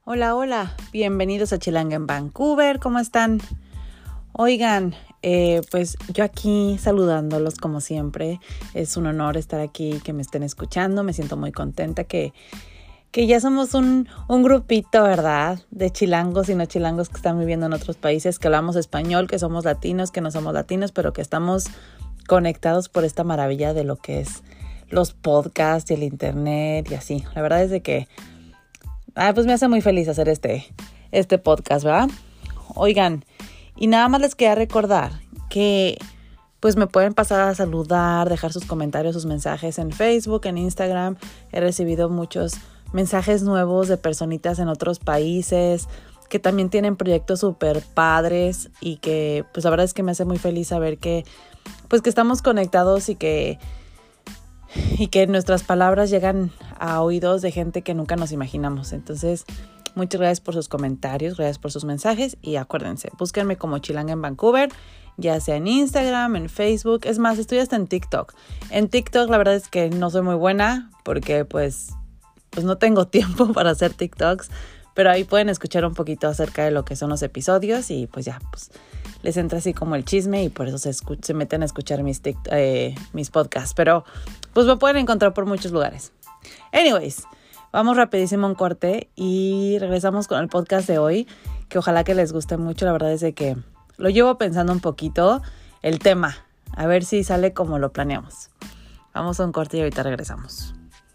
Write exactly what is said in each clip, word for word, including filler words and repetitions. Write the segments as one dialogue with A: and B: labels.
A: Hola, hola, bienvenidos a Chilanga en Vancouver, ¿cómo están? Oigan, eh, pues yo aquí saludándolos como siempre, es un honor estar aquí, que me estén escuchando, me siento muy contenta que, que ya somos un, un grupito, ¿verdad? De chilangos y no chilangos que están viviendo en otros países, que hablamos español, que somos latinos, que no somos latinos, pero que estamos conectados por esta maravilla de lo que es los podcasts y el internet y así. La verdad es de que Ah, pues me hace muy feliz hacer este, este podcast, ¿verdad? Oigan, y nada más les quería recordar que pues me pueden pasar a saludar, dejar sus comentarios, sus mensajes en Facebook, en Instagram. He recibido muchos mensajes nuevos de personitas en otros países que también tienen proyectos súper padres y que pues la verdad es que me hace muy feliz saber que pues que estamos conectados y que y que nuestras palabras llegan a oídos de gente que nunca nos imaginamos. Entonces, muchas gracias por sus comentarios, gracias por sus mensajes y acuérdense, búsquenme como Chilanga en Vancouver, ya sea en Instagram, en Facebook, es más, estoy hasta en TikTok. En TikTok la verdad es que no soy muy buena porque pues, pues no tengo tiempo para hacer TikToks, pero ahí pueden escuchar un poquito acerca de lo que son los episodios y pues ya, pues les entra así como el chisme y por eso se, escu- se meten a escuchar mis, tic- eh, mis podcasts, pero pues me pueden encontrar por muchos lugares. Anyways, vamos rapidísimo a un corte y regresamos con el podcast de hoy, que ojalá que les guste mucho. La verdad es de que lo llevo pensando un poquito el tema, a ver si sale como lo planeamos. Vamos a un corte y ahorita regresamos.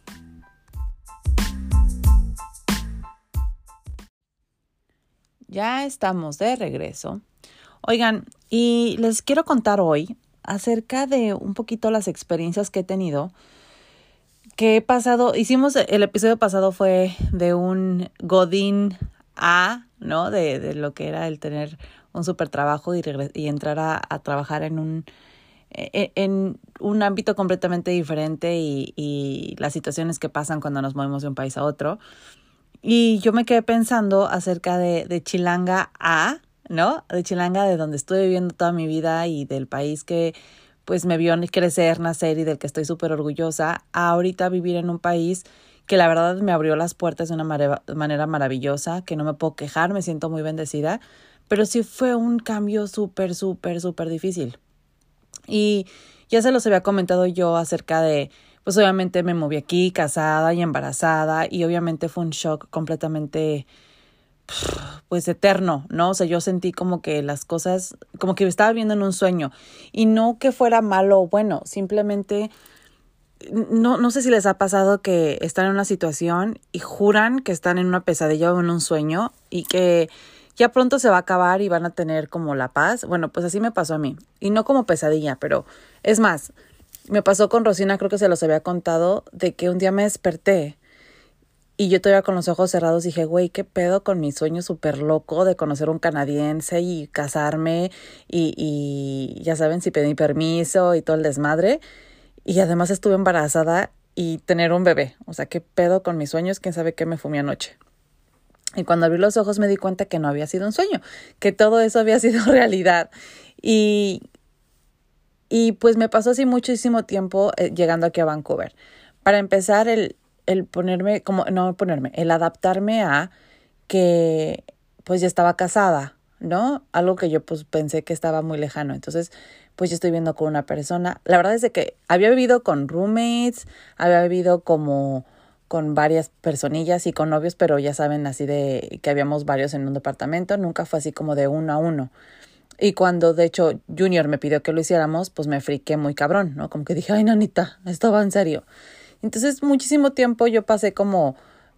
A: Ya estamos de regreso. Oigan, y les quiero contar hoy acerca de un poquito las experiencias que he tenido, que he pasado, hicimos, el episodio pasado fue de un Godín A, ¿no? De, de lo que era el tener un súper trabajo y, regres- y entrar a, a trabajar en un, en, en un ámbito completamente diferente y, y las situaciones que pasan cuando nos movemos de un país a otro. Y yo me quedé pensando acerca de, de Chilanga A, ¿no? De Chilanga, de donde estuve viviendo toda mi vida y del país que pues me vio crecer, nacer y del que estoy súper orgullosa, a ahorita vivir en un país que la verdad me abrió las puertas de una mare- manera maravillosa, que no me puedo quejar, me siento muy bendecida, pero sí fue un cambio súper, súper, súper difícil. Y ya se los había comentado yo acerca de, pues obviamente me moví aquí casada y embarazada y obviamente fue un shock completamente pues eterno, ¿no? O sea, yo sentí como que las cosas, como que estaba viendo en un sueño y no que fuera malo o bueno, simplemente no, no sé si les ha pasado que están en una situación y juran que están en una pesadilla o en un sueño y que ya pronto se va a acabar y van a tener como la paz. Bueno, pues así me pasó a mí y no como pesadilla, pero es más, me pasó con Rosina, creo que se los había contado, de que un día me desperté y yo todavía con los ojos cerrados dije, güey, ¿qué pedo con mi sueño súper loco de conocer un canadiense y casarme? Y, y ya saben, si pedí permiso y todo el desmadre. Y además estuve embarazada y tener un bebé. O sea, ¿qué pedo con mis sueños? ¿Quién sabe qué me fumé anoche? Y cuando abrí los ojos me di cuenta que no había sido un sueño, que todo eso había sido realidad. Y, y pues me pasó así muchísimo tiempo eh, llegando aquí a Vancouver. Para empezar, el el ponerme, como, no ponerme, el adaptarme a que pues ya estaba casada, ¿no? Algo que yo pues pensé que estaba muy lejano. Entonces, pues yo estoy viviendo con una persona. La verdad es de que había vivido con roommates, había vivido como con varias personillas y con novios, pero ya saben, así de que habíamos varios en un departamento. Nunca fue así como de uno a uno. Y cuando, de hecho, Junior me pidió que lo hiciéramos, pues me friqué muy cabrón, ¿no? Como que dije, ay, nanita, esto va en serio. Entonces, muchísimo tiempo yo pasé como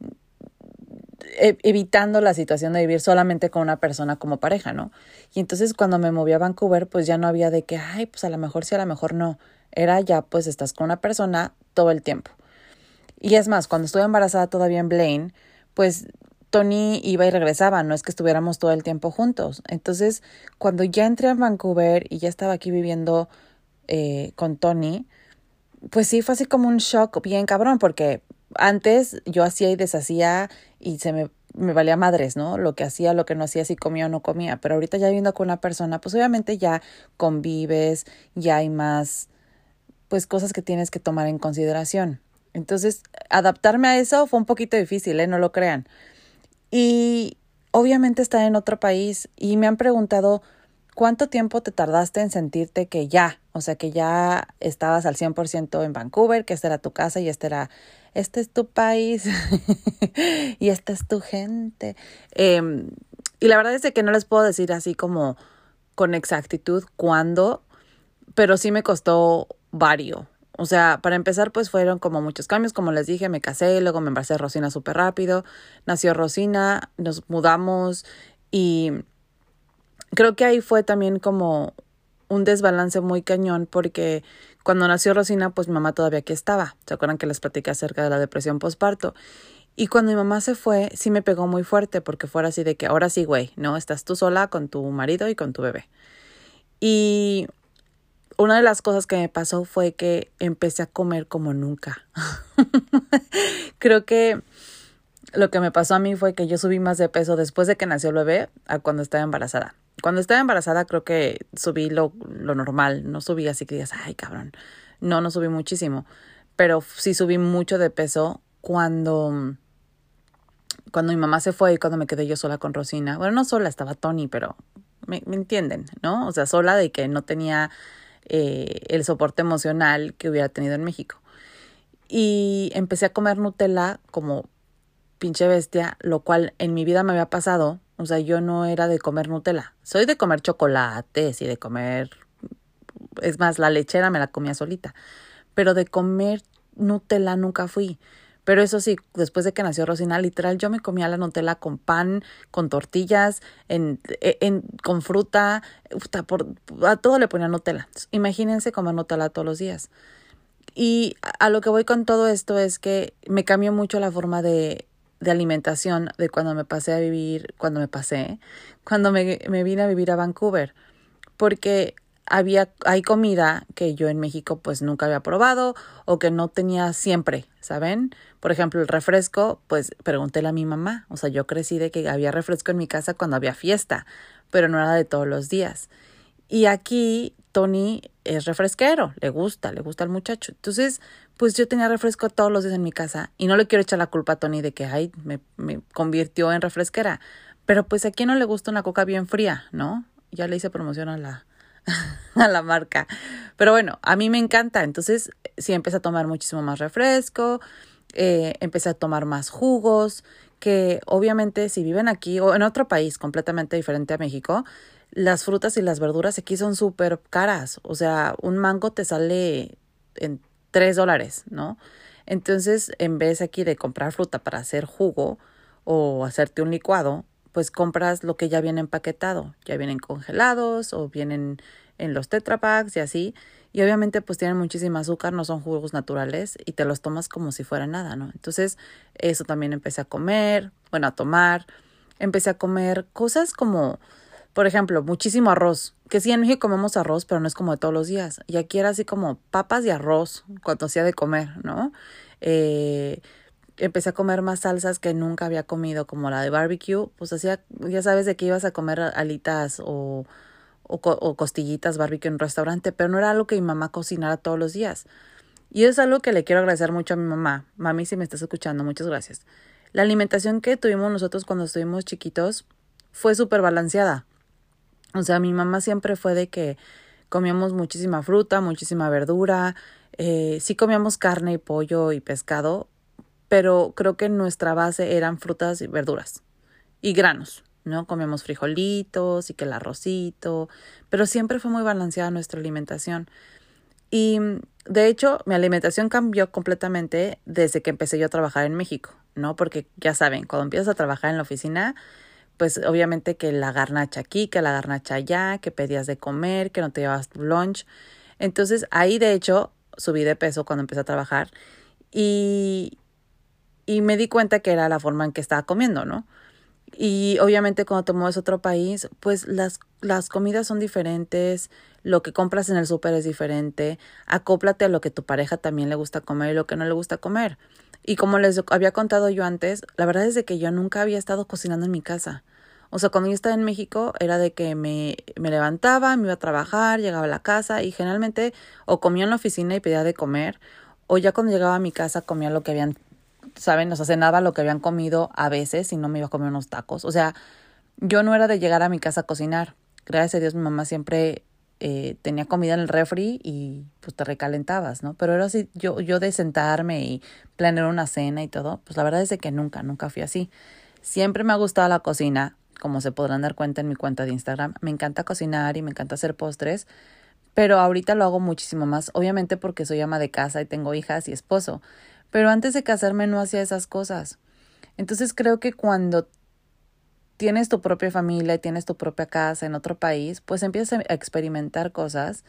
A: e- evitando la situación de vivir solamente con una persona como pareja, ¿no? Y entonces cuando me moví a Vancouver, pues ya no había de que, ay, pues a lo mejor sí, a lo mejor no. Era ya, pues estás con una persona todo el tiempo. Y es más, cuando estuve embarazada todavía en Blaine, pues Tony iba y regresaba, no es que estuviéramos todo el tiempo juntos. Entonces, cuando ya entré a Vancouver y ya estaba aquí viviendo eh, con Tony, pues sí, fue así como un shock bien cabrón, porque antes yo hacía y deshacía y se me, me valía madres, ¿no? Lo que hacía, lo que no hacía, si comía o no comía. Pero ahorita ya viviendo con una persona, pues obviamente ya convives, ya hay más, pues cosas que tienes que tomar en consideración. Entonces, adaptarme a eso fue un poquito difícil, ¿eh? No lo crean. Y obviamente estar en otro país y me han preguntado, ¿cuánto tiempo te tardaste en sentirte que ya, o sea, que ya estabas al cien por ciento en Vancouver, que esta era tu casa y este era, este es tu país y esta es tu gente? Eh, y la verdad es de que no les puedo decir así como con exactitud cuándo, pero sí me costó vario. O sea, para empezar, pues fueron como muchos cambios. Como les dije, me casé, luego me embaracé de Rosina súper rápido. Nació Rosina, nos mudamos y creo que ahí fue también como un desbalance muy cañón porque cuando nació Rosina, pues mi mamá todavía aquí estaba. ¿Se acuerdan que les platiqué acerca de la depresión postparto? Y cuando mi mamá se fue, sí me pegó muy fuerte porque fuera así de que ahora sí, güey, ¿no? Estás tú sola con tu marido y con tu bebé. Y una de las cosas que me pasó fue que empecé a comer como nunca. Creo que lo que me pasó a mí fue que yo subí más de peso después de que nació el bebé a cuando estaba embarazada. Cuando estaba embarazada creo que subí lo, lo normal. No subí así que digas, ay, cabrón. No, no subí muchísimo. Pero sí subí mucho de peso cuando, cuando mi mamá se fue y cuando me quedé yo sola con Rosina. Bueno, no sola, estaba Tony, pero me, me entienden, ¿no? O sea, sola de que no tenía eh, el soporte emocional que hubiera tenido en México. Y empecé a comer Nutella como pinche bestia, lo cual en mi vida me había pasado. O sea, yo no era de comer Nutella. Soy de comer chocolates y de comer... Es más, la lechera me la comía solita. Pero de comer Nutella nunca fui. Pero eso sí, después de que nació Rosina, literal, yo me comía la Nutella con pan, con tortillas, en, en, con fruta, por, a todo le ponía Nutella. Imagínense comer Nutella todos los días. Y a lo que voy con todo esto es que me cambió mucho la forma de, de alimentación de cuando me pasé a vivir, cuando me pasé, cuando me, me vine a vivir a Vancouver. Porque había, hay comida que yo en México pues nunca había probado o que no tenía siempre, ¿saben? Por ejemplo, el refresco, pues pregúntele a mi mamá. O sea, yo crecí de que había refresco en mi casa cuando había fiesta, pero no era de todos los días. Y aquí Tony es refresquero, le gusta, le gusta al muchacho. Entonces, pues yo tenía refresco todos los días en mi casa y no le quiero echar la culpa a Tony de que, ay, me, me convirtió en refresquera. Pero pues a quién no le gusta una coca bien fría, ¿no? Ya le hice promoción a la, a la marca. Pero bueno, a mí me encanta. Entonces, sí empecé a tomar muchísimo más refresco, eh, empecé a tomar más jugos, que obviamente si viven aquí o en otro país completamente diferente a México, las frutas y las verduras aquí son súper caras. O sea, un mango te sale en tres dólares, ¿no? Entonces, en vez aquí de comprar fruta para hacer jugo o hacerte un licuado, pues compras lo que ya viene empaquetado. Ya vienen congelados o vienen en los Tetra Paks y así. Y obviamente pues tienen muchísima azúcar, no son jugos naturales y te los tomas como si fuera nada, ¿no? Entonces, eso también empecé a comer, bueno, a tomar. Empecé a comer cosas como... Por ejemplo, muchísimo arroz, que sí en México comemos arroz, pero no es como de todos los días. Y aquí era así como papas y arroz cuando hacía de comer, ¿no? Eh, empecé a comer más salsas que nunca había comido, como la de barbecue. Pues hacía, ya sabes de que ibas a comer alitas o, o, o costillitas barbecue en un restaurante, pero no era algo que mi mamá cocinara todos los días. Y es algo que le quiero agradecer mucho a mi mamá. Mami, si me estás escuchando, muchas gracias. La alimentación que tuvimos nosotros cuando estuvimos chiquitos fue súper balanceada. O sea, mi mamá siempre fue de que comíamos muchísima fruta, muchísima verdura, eh, sí comíamos carne y pollo y pescado, pero creo que nuestra base eran frutas y verduras y granos, ¿no? Comíamos frijolitos y que el arrocito, pero siempre fue muy balanceada nuestra alimentación. Y de hecho, mi alimentación cambió completamente desde que empecé yo a trabajar en México, ¿no? Porque ya saben, cuando empiezas a trabajar en la oficina, pues obviamente que la garnacha aquí, que la garnacha allá, que pedías de comer, que no te llevabas tu lunch. Entonces ahí de hecho subí de peso cuando empecé a trabajar y, y me di cuenta que era la forma en que estaba comiendo, ¿no? Y obviamente cuando te mueves a otro país, pues las, las comidas son diferentes, lo que compras en el súper es diferente, acóplate a lo que tu pareja también le gusta comer y lo que no le gusta comer. Y como les había contado yo antes, la verdad es de que yo nunca había estado cocinando en mi casa. O sea, cuando yo estaba en México era de que me, me levantaba, me iba a trabajar, llegaba a la casa y generalmente o comía en la oficina y pedía de comer, o ya cuando llegaba a mi casa comía lo que habían ¿saben? O sea, cenaba lo que habían comido a veces y no me iba a comer unos tacos. O sea, yo no era de llegar a mi casa a cocinar. Gracias a Dios mi mamá siempre eh, tenía comida en el refri y pues te recalentabas, ¿no? Pero era así, yo, yo de sentarme y planear una cena y todo, pues la verdad es de que nunca, nunca fui así. Siempre me ha gustado la cocina, como se podrán dar cuenta en mi cuenta de Instagram. Me encanta cocinar y me encanta hacer postres, pero ahorita lo hago muchísimo más, obviamente porque soy ama de casa y tengo hijas y esposo. Pero antes de casarme no hacía esas cosas. Entonces creo que cuando tienes tu propia familia y tienes tu propia casa en otro país, pues empiezas a experimentar cosas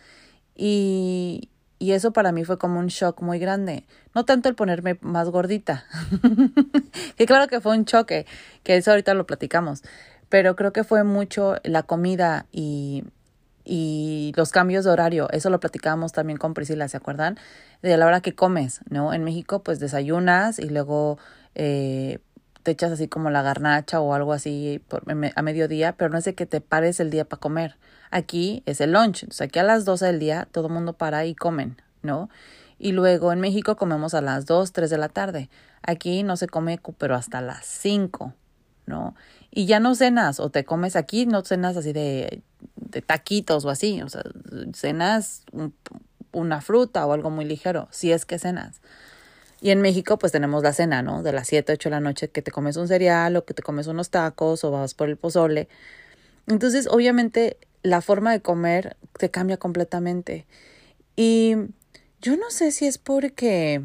A: y, y eso para mí fue como un shock muy grande. No tanto el ponerme más gordita, que claro que fue un choque, que eso ahorita lo platicamos, pero creo que fue mucho la comida y, y los cambios de horario. Eso lo platicábamos también con Priscila, ¿se acuerdan? De la hora que comes, ¿no? En México pues desayunas y luego eh, te echas así como la garnacha o algo así por, a mediodía, pero no es de que te pares el día para comer. Aquí es el lunch. Entonces aquí a las doce del día todo el mundo para y comen, ¿no? Y luego en México comemos a las dos, tres de la tarde. Aquí no se come, pero hasta las cinco, ¿no? Y ya no cenas o te comes aquí, no cenas así de, de taquitos o así. O sea, cenas un, una fruta o algo muy ligero, si es que cenas. Y en México pues tenemos la cena, ¿no? De las siete, ocho de la noche que te comes un cereal o que te comes unos tacos o vas por el pozole. Entonces, obviamente, la forma de comer te cambia completamente. Y yo no sé si es porque,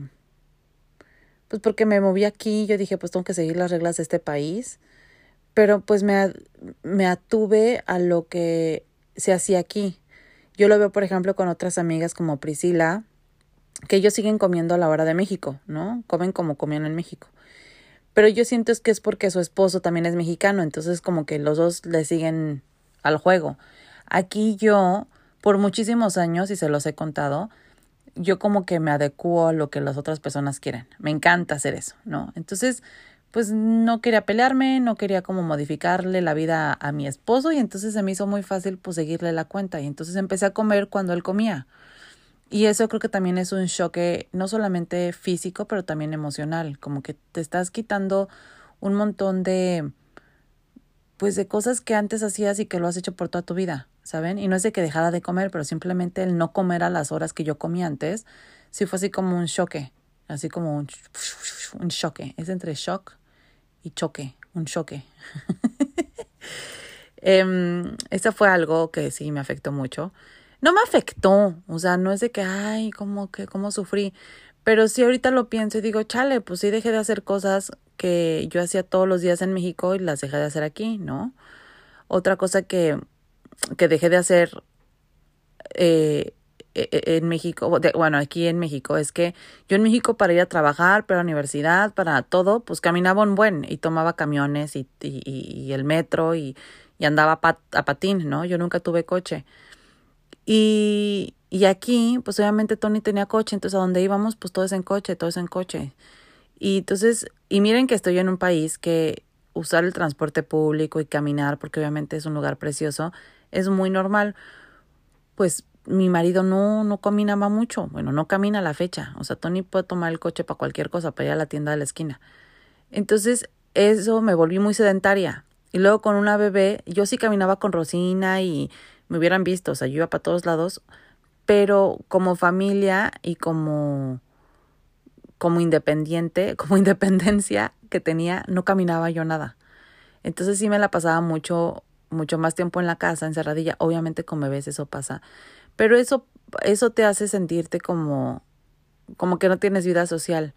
A: pues porque me moví aquí, yo dije, pues tengo que seguir las reglas de este país, pero pues me, me atuve a lo que se hacía aquí. Yo lo veo, por ejemplo, con otras amigas como Priscila, que ellos siguen comiendo a la hora de México, ¿no? Comen como comían en México. Pero yo siento es que es porque su esposo también es mexicano, entonces como que los dos le siguen al juego. Aquí yo, por muchísimos años, y se los he contado, yo como que me adecuo a lo que las otras personas quieren. Me encanta hacer eso, ¿no? Entonces, pues no quería pelearme, no quería como modificarle la vida a mi esposo y entonces se me hizo muy fácil pues seguirle la cuenta y entonces empecé a comer cuando él comía. Y eso creo que también es un choque no solamente físico, pero también emocional, como que te estás quitando un montón de, pues de cosas que antes hacías y que lo has hecho por toda tu vida, ¿saben? Y no es de que dejara de comer, pero simplemente el no comer a las horas que yo comía antes, sí fue así como un choque, así como un, un choque, es entre shock y choque, un choque. um, eso fue algo que sí me afectó mucho. No me afectó, o sea, no es de que, ay, cómo, que, cómo sufrí, pero sí ahorita lo pienso y digo, chale, pues sí dejé de hacer cosas que yo hacía todos los días en México y las dejé de hacer aquí, ¿no? Otra cosa que, que dejé de hacer eh, en México, de, bueno, aquí en México, es que yo en México para ir a trabajar, para la universidad, para todo, pues caminaba un buen y tomaba camiones y, y, y el metro y, y andaba a, pat, a patín, ¿no? Yo nunca tuve coche. Y, y aquí, pues obviamente Tony tenía coche, entonces a donde íbamos, pues todo es en coche, todo es en coche. Y entonces, y miren que estoy en un país que usar el transporte público y caminar, porque obviamente es un lugar precioso, es muy normal. Pues mi marido no, no caminaba mucho, bueno, no camina a la fecha. O sea, Tony puede tomar el coche para cualquier cosa, para ir a la tienda de la esquina. Entonces, eso me volví muy sedentaria. Y luego con una bebé, yo sí caminaba con Rosina y me hubieran visto, o sea, yo iba para todos lados, pero como familia y como, como independiente, como independencia que tenía, no caminaba yo nada. Entonces sí me la pasaba mucho, mucho más tiempo en la casa, encerradilla. Obviamente con bebés eso pasa, pero eso, eso te hace sentirte como, como que no tienes vida social.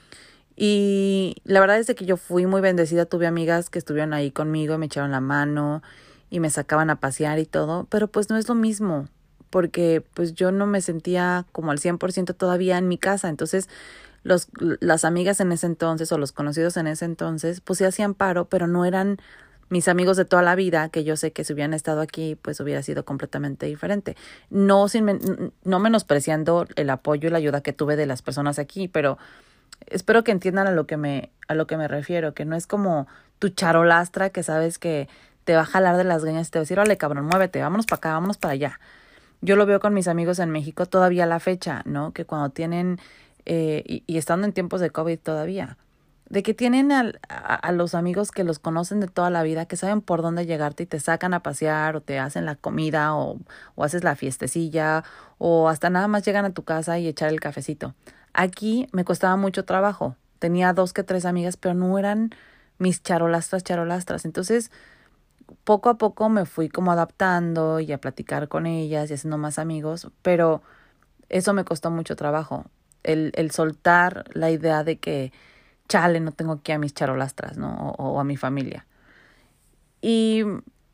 A: Y la verdad es que yo fui muy bendecida, tuve amigas que estuvieron ahí conmigo, me echaron la mano y me sacaban a pasear y todo, pero pues no es lo mismo, porque pues yo no me sentía como al cien por ciento todavía en mi casa, entonces los, las amigas en ese entonces o los conocidos en ese entonces pues sí hacían paro, pero no eran mis amigos de toda la vida, que yo sé que si hubieran estado aquí pues hubiera sido completamente diferente, no, sin, no menospreciando el apoyo y la ayuda que tuve de las personas aquí, pero espero que entiendan a lo que me, a lo que me refiero, que no es como tu charolastra que sabes que te va a jalar de las greñas y te va a decir, órale cabrón, muévete, vámonos para acá, vámonos para allá. Yo lo veo con mis amigos en México todavía a la fecha, ¿no? Que cuando tienen, eh, y, y estando en tiempos de COVID todavía, de que tienen al- a, a los amigos que los conocen de toda la vida, que saben por dónde llegarte y te sacan a pasear o te hacen la comida o, o haces la fiestecilla o hasta nada más llegan a tu casa y echar el cafecito. Aquí me costaba mucho trabajo. Tenía dos que tres amigas, pero no eran mis charolastras, charolastras. Entonces, poco a poco me fui como adaptando y a platicar con ellas y haciendo más amigos, pero eso me costó mucho trabajo. El, el soltar la idea de que, chale, no tengo aquí a mis charolastras, ¿no? O, o a mi familia. Y,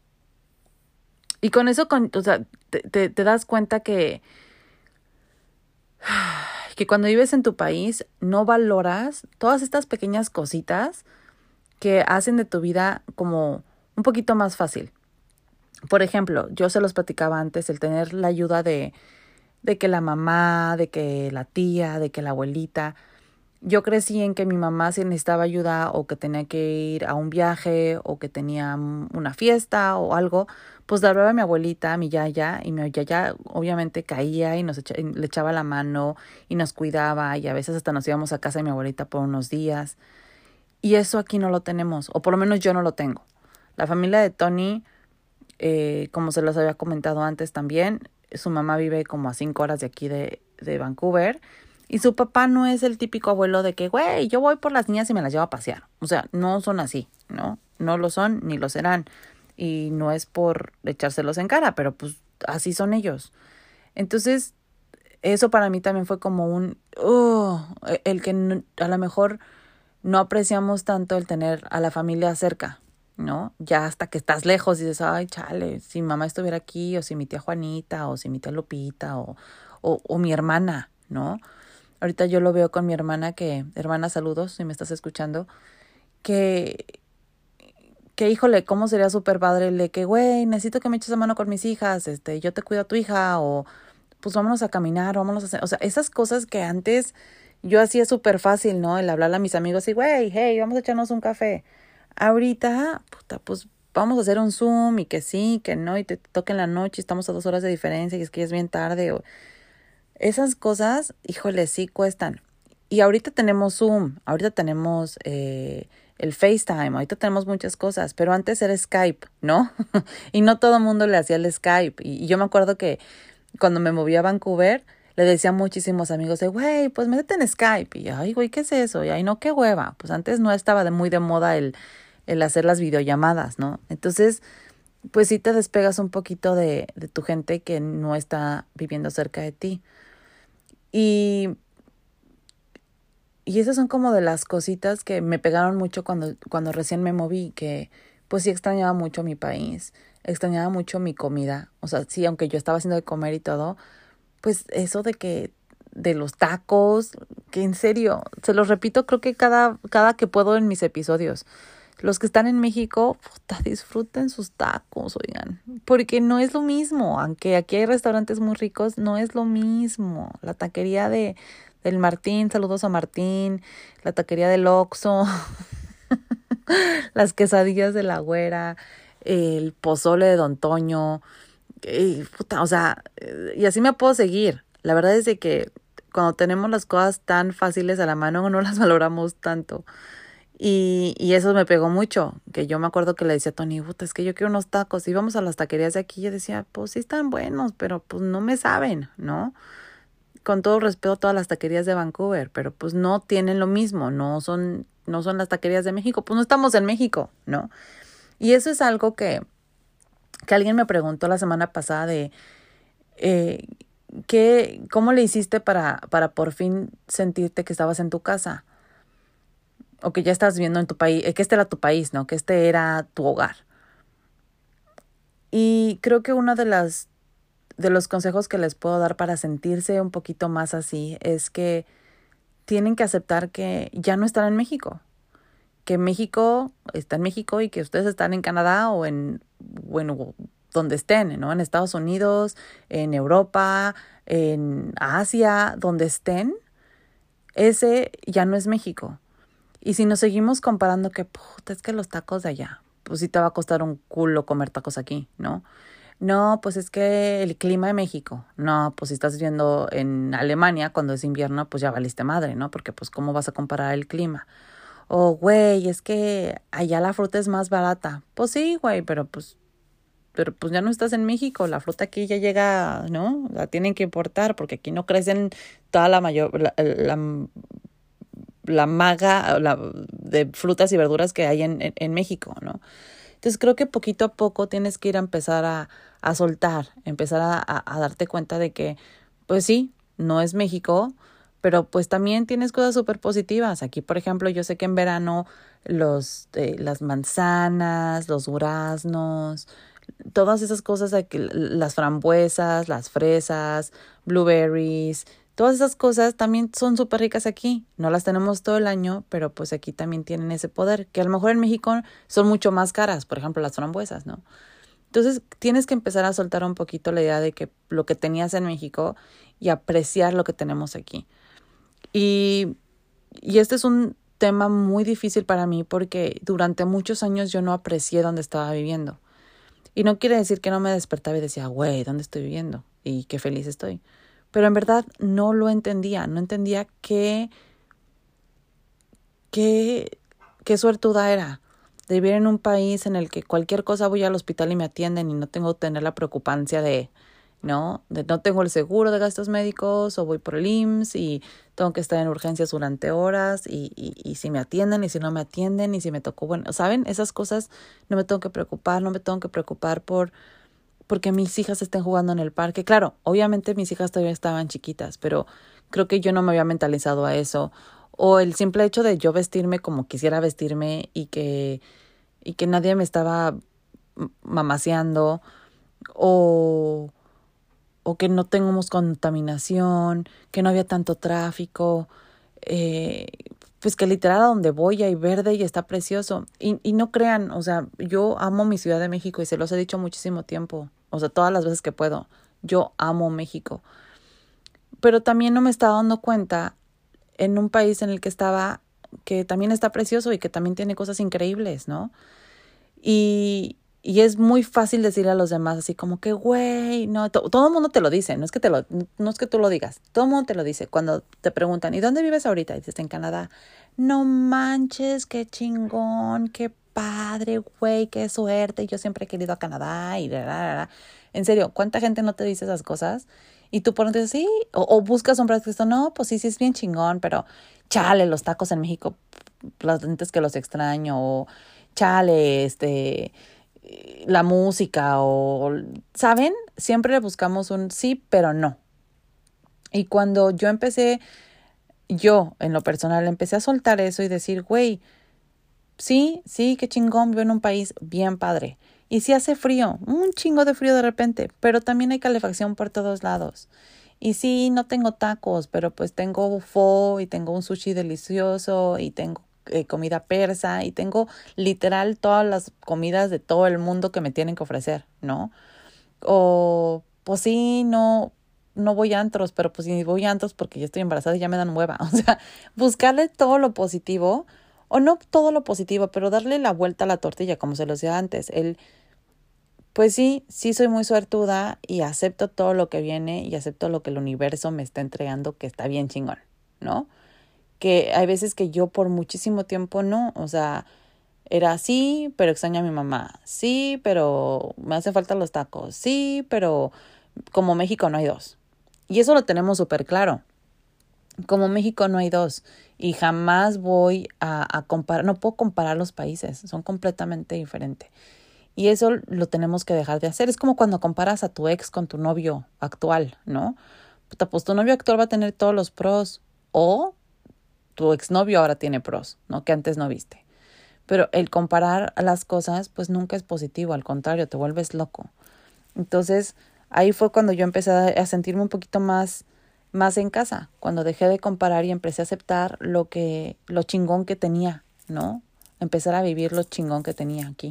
A: y con eso, con, o sea, te, te, te das cuenta que, que cuando vives en tu país no valoras todas estas pequeñas cositas que hacen de tu vida como un poquito más fácil. Por ejemplo, yo se los platicaba antes, el tener la ayuda de, de que la mamá, de que la tía, de que la abuelita. Yo crecí en que mi mamá si necesitaba ayuda o que tenía que ir a un viaje o que tenía una fiesta o algo, pues le hablaba a mi abuelita, a mi yaya, y mi yaya obviamente caía y nos echa, y le echaba la mano y nos cuidaba y a veces hasta nos íbamos a casa de mi abuelita por unos días. Y eso aquí no lo tenemos, o por lo menos yo no lo tengo. La familia de Tony, eh, como se los había comentado antes también, su mamá vive como a cinco horas de aquí de, de Vancouver. Y su papá no es el típico abuelo de que, güey, yo voy por las niñas y me las llevo a pasear. O sea, no son así, ¿no? No lo son ni lo serán. Y no es por echárselos en cara, pero pues así son ellos. Entonces, eso para mí también fue como un, uh, el que no, a lo mejor no apreciamos tanto el tener a la familia cerca, ¿no? Ya hasta que estás lejos y dices, ay, chale, si mamá estuviera aquí, o si mi tía Juanita, o si mi tía Lupita, o, o, o mi hermana, ¿no? Ahorita yo lo veo con mi hermana que, hermana, saludos, si me estás escuchando, que, que híjole, cómo sería súper padre el de que, güey, necesito que me eches la mano con mis hijas, este, yo te cuido a tu hija, o pues vámonos a caminar, vámonos a hacer, o sea, esas cosas que antes yo hacía súper fácil, ¿no? El hablarle a mis amigos y, güey, hey, vamos a echarnos un café. Ahorita, puta, pues vamos a hacer un Zoom y que sí, que no, y te, te toca en la noche, estamos a dos horas de diferencia y es que ya es bien tarde, o esas cosas, híjole, sí cuestan. Y ahorita tenemos Zoom, ahorita tenemos eh, el FaceTime, ahorita tenemos muchas cosas, pero antes era Skype, ¿no? Y no todo el mundo le hacía el Skype. Y, y yo me acuerdo que cuando me moví a Vancouver, le decía a muchísimos amigos de, güey, pues métete en Skype. Y yo, ay, güey, ¿qué es eso? Y ay, no, qué hueva. Pues antes no estaba de muy de moda el, el hacer las videollamadas, ¿no? Entonces, pues sí te despegas un poquito de, de tu gente que no está viviendo cerca de ti. Y, y esas son como de las cositas que me pegaron mucho cuando, cuando recién me moví, que pues sí extrañaba mucho mi país, extrañaba mucho mi comida. O sea, sí, aunque yo estaba haciendo de comer y todo, pues eso de que, de los tacos, que en serio, se los repito creo que cada, cada que puedo en mis episodios. Los que están en México, puta, disfruten sus tacos, oigan, porque no es lo mismo, aunque aquí hay restaurantes muy ricos, no es lo mismo. La taquería de del Martín, saludos a Martín, la taquería del Oxxo, las quesadillas de la Güera, el pozole de Don Toño, y, puta, o sea, y así me puedo seguir. La verdad es de que cuando tenemos las cosas tan fáciles a la mano no las valoramos tanto. Y, y eso me pegó mucho, que yo me acuerdo que le decía a Tony, puta, es que yo quiero unos tacos. Íbamos a las taquerías de aquí y yo decía, pues sí están buenos, pero pues no me saben, ¿no? Con todo respeto a todas las taquerías de Vancouver, pero pues no tienen lo mismo, no son, no son las taquerías de México, pues no estamos en México, ¿no? Y eso es algo que, que alguien me preguntó la semana pasada de, eh, ¿qué, cómo le hiciste para, para por fin sentirte que estabas en tu casa? O que ya estás viviendo en tu país, que este era tu país, ¿no? Que este era tu hogar. Y creo que uno de las de los consejos que les puedo dar para sentirse un poquito más así es que tienen que aceptar que ya no están en México, que México está en México y que ustedes están en Canadá o en, bueno, donde estén, ¿no? En Estados Unidos, en Europa, en Asia, donde estén, ese ya no es México. Y si nos seguimos comparando que, puta, es que los tacos de allá, pues sí te va a costar un culo comer tacos aquí, ¿no? No, pues es que el clima de México. No, pues si estás viviendo en Alemania cuando es invierno, pues ya valiste madre, ¿no? Porque pues cómo vas a comparar el clima. O, güey, es que allá la fruta es más barata. Pues sí, güey, pero pues, pero pues ya no estás en México. La fruta aquí ya llega, ¿no? La tienen que importar porque aquí no crecen toda la mayor, la, la, la maga la, de frutas y verduras que hay en, en, en México, ¿no? Entonces creo que poquito a poco tienes que ir a empezar a, a soltar, empezar a, a, a darte cuenta de que, pues sí, no es México, pero pues también tienes cosas súper positivas. Aquí, por ejemplo, yo sé que en verano los, eh, las manzanas, los duraznos, todas esas cosas, aquí, las frambuesas, las fresas, blueberries, todas esas cosas también son súper ricas aquí. No las tenemos todo el año, pero pues aquí también tienen ese poder, que a lo mejor en México son mucho más caras, por ejemplo, las frambuesas, ¿no? Entonces tienes que empezar a soltar un poquito la idea de que lo que tenías en México y apreciar lo que tenemos aquí. Y, y este es un tema muy difícil para mí porque durante muchos años yo no aprecié dónde estaba viviendo. Y no quiere decir que no me despertaba y decía, güey, ¿dónde estoy viviendo? Y qué feliz estoy. Pero en verdad no lo entendía, no entendía qué, qué, qué suertuda era de vivir en un país en el que cualquier cosa voy al hospital y me atienden y no tengo que tener la preocupancia de, ¿no? De no tengo el seguro de gastos médicos o voy por el I M S S y tengo que estar en urgencias durante horas y, y, y si me atienden y si no me atienden y si me tocó, bueno, ¿saben? Esas cosas no me tengo que preocupar, no me tengo que preocupar por porque mis hijas estén jugando en el parque. Claro, obviamente mis hijas todavía estaban chiquitas, pero creo que yo no me había mentalizado a eso. O el simple hecho de yo vestirme como quisiera vestirme y que, y que nadie me estaba mamaseando. O, o que no tengamos contaminación, que no había tanto tráfico. Eh, pues que literal a donde voy hay verde y está precioso. Y, y no crean, o sea, yo amo mi Ciudad de México y se los he dicho muchísimo tiempo. O sea, todas las veces que puedo. Yo amo México. Pero también no me estaba dando cuenta en un país en el que estaba, que también está precioso y que también tiene cosas increíbles, ¿no? Y, y es muy fácil decirle a los demás así como que, güey, no, to- todo el mundo te lo dice, no es que te lo, no es que tú lo digas, todo el mundo te lo dice. Cuando te preguntan, ¿y dónde vives ahorita? Y dices, en Canadá. No manches, qué chingón, qué padre, güey, qué suerte. Yo siempre he querido a Canadá y la, la, la, la. En serio, ¿cuánta gente no te dice esas cosas? Y tú por dentro dices, sí, o, o buscas un pretexto, no, pues sí, sí es bien chingón, pero chale, los tacos en México, las gentes que los extraño, o chale, este, la música o, ¿saben? Siempre le buscamos un sí, pero no. Y cuando yo empecé, yo en lo personal empecé a soltar eso y decir, güey, sí, sí, qué chingón, vivo en un país bien padre. Y sí hace frío, un chingo de frío de repente, pero también hay calefacción por todos lados. Y sí, no tengo tacos, pero pues tengo pho y tengo un sushi delicioso y tengo eh, comida persa y tengo literal todas las comidas de todo el mundo que me tienen que ofrecer, ¿no? O pues sí, no, no voy a antros, pero pues si voy a antros porque ya estoy embarazada y ya me dan hueva. O sea, buscarle todo lo positivo, o no todo lo positivo, pero darle la vuelta a la tortilla, como se lo decía antes. El pues sí, sí soy muy suertuda y acepto todo lo que viene y acepto lo que el universo me está entregando, que está bien chingón, ¿no? Que hay veces que yo por muchísimo tiempo no, o sea, era sí, pero extraño a mi mamá, sí, pero me hacen falta los tacos, sí, pero como México no hay dos. Y eso lo tenemos súper claro. Como México no hay dos y jamás voy a, a comparar, no puedo comparar los países, son completamente diferentes. Y eso lo tenemos que dejar de hacer. Es como cuando comparas a tu ex con tu novio actual, ¿no? Puta, pues tu novio actual va a tener todos los pros o tu exnovio ahora tiene pros, ¿no? Que antes no viste. Pero el comparar las cosas, pues nunca es positivo, al contrario, te vuelves loco. Entonces, ahí fue cuando yo empecé a sentirme un poquito más, más en casa, cuando dejé de comparar y empecé a aceptar lo que, lo chingón que tenía, ¿no? Empezar a vivir lo chingón que tenía aquí.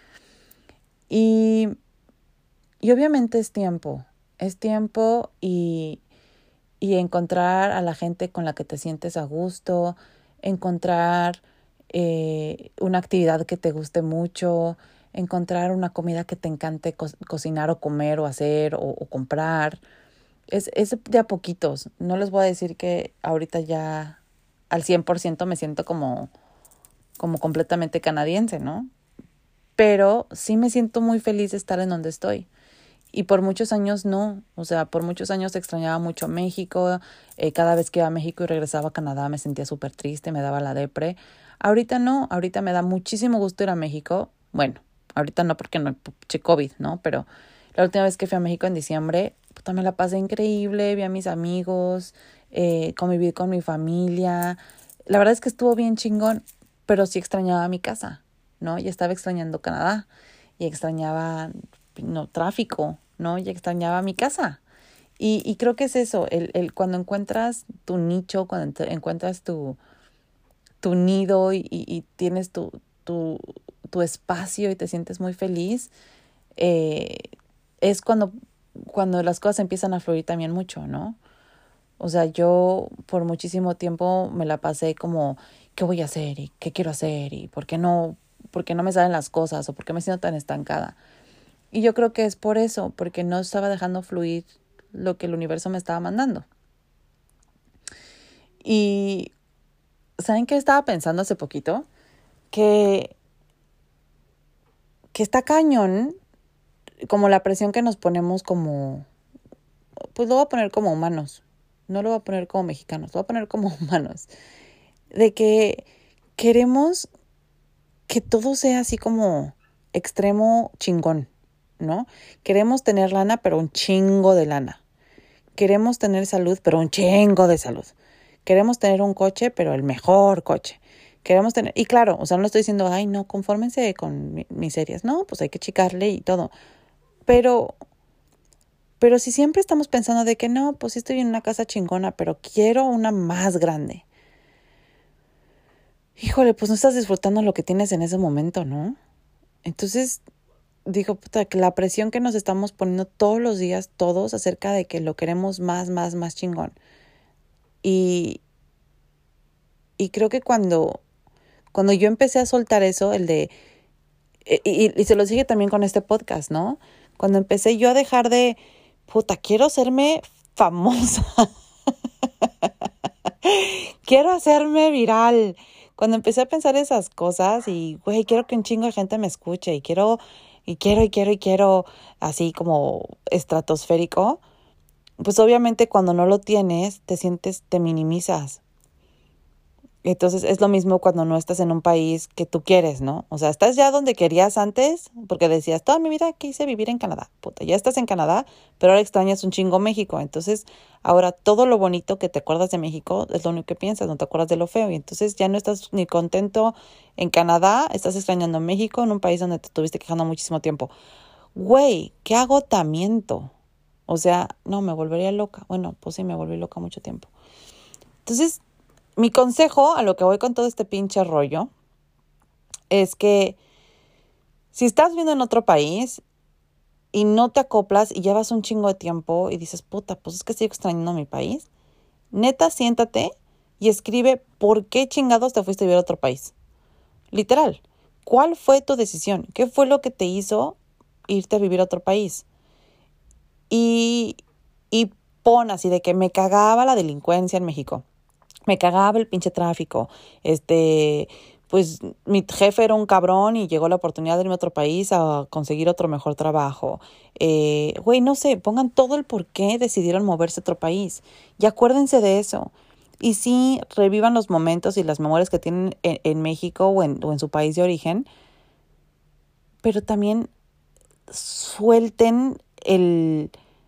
A: Y, y obviamente es tiempo, es tiempo y, y encontrar a la gente con la que te sientes a gusto, encontrar eh, una actividad que te guste mucho, encontrar una comida que te encante co- cocinar o comer o hacer o, o comprar. Es, es de a poquitos. No les voy a decir que ahorita ya al cien por ciento me siento como como completamente canadiense, ¿no? Pero sí me siento muy feliz de estar en donde estoy. Y por muchos años no, o sea, por muchos años extrañaba mucho México. Eh, cada vez que iba a México y regresaba a Canadá me sentía súper triste, me daba la depre. Ahorita no, ahorita me da muchísimo gusto ir a México. Bueno, ahorita no porque no, che COVID, ¿no? Pero la última vez que fui a México en diciembre, puta, me la pasé increíble, vi a mis amigos, eh, conviví con mi familia. La verdad es que estuvo bien chingón, pero sí extrañaba mi casa, ¿no? Y estaba extrañando Canadá y extrañaba, no, tráfico, ¿no? Y extrañaba mi casa. Y, y creo que es eso, el, el cuando encuentras tu nicho, cuando te, encuentras tu, tu nido y, y, y tienes tu, tu, tu espacio y te sientes muy feliz, eh, es cuando, cuando las cosas empiezan a fluir también mucho, ¿no? O sea, yo por muchísimo tiempo me la pasé como, ¿qué voy a hacer? ¿Y qué quiero hacer? ¿Y por qué no, por qué no me salen las cosas? ¿O por qué me siento tan estancada? Y yo creo que es por eso, porque no estaba dejando fluir lo que el universo me estaba mandando. Y ¿saben qué estaba pensando hace poquito? Que, que está cañón, como la presión que nos ponemos como, pues lo voy a poner como humanos, no lo voy a poner como mexicanos, lo voy a poner como humanos, de que queremos que todo sea así como extremo chingón, ¿no? Queremos tener lana, pero un chingo de lana. Queremos tener salud, pero un chingo de salud. Queremos tener un coche, pero el mejor coche. Queremos tener, y claro, o sea, no estoy diciendo, ay, no, confórmense con mi, miserias. No, pues hay que chicarle y todo. Pero, pero si siempre estamos pensando de que no, pues sí estoy en una casa chingona, pero quiero una más grande. Híjole, pues no estás disfrutando lo que tienes en ese momento, ¿no? Entonces, digo, puta, que la presión que nos estamos poniendo todos los días, todos, acerca de que lo queremos más, más, más chingón. Y, y creo que cuando, cuando yo empecé a soltar eso, el de, y, y, y se lo dije también con este podcast, ¿no? Cuando empecé yo a dejar de, puta, quiero hacerme famosa, quiero hacerme viral. Cuando empecé a pensar esas cosas y, güey, quiero que un chingo de gente me escuche y quiero, y quiero, y quiero, y quiero, así como estratosférico, pues obviamente cuando no lo tienes, te sientes, te minimizas. Entonces es lo mismo cuando no estás en un país que tú quieres, ¿no? O sea, estás ya donde querías antes, porque decías, toda mi vida quise vivir en Canadá. Puta, ya estás en Canadá, pero ahora extrañas un chingo México. Entonces, ahora todo lo bonito que te acuerdas de México es lo único que piensas, no te acuerdas de lo feo. Y entonces ya no estás ni contento en Canadá, estás extrañando México, en un país donde te estuviste quejando muchísimo tiempo. Güey, qué agotamiento. O sea, no, me volvería loca. Bueno, pues sí, me volví loca mucho tiempo. Entonces, mi consejo a lo que voy con todo este pinche rollo es que si estás viviendo en otro país y no te acoplas y llevas un chingo de tiempo y dices, puta, pues es que estoy extrañando mi país, neta, siéntate y escribe por qué chingados te fuiste a vivir a otro país. Literal, ¿cuál fue tu decisión? ¿Qué fue lo que te hizo irte a vivir a otro país? Y, y pon así de que me cagaba la delincuencia en México. Me cagaba el pinche tráfico. Este, pues mi jefe era un cabrón y llegó la oportunidad de irme a otro país a conseguir otro mejor trabajo. Eh, güey, no sé, pongan todo el por qué decidieron moverse a otro país. Y acuérdense de eso. Y sí, revivan los momentos y las memorias que tienen en, en México o en, o en su país de origen. Pero también suelten el...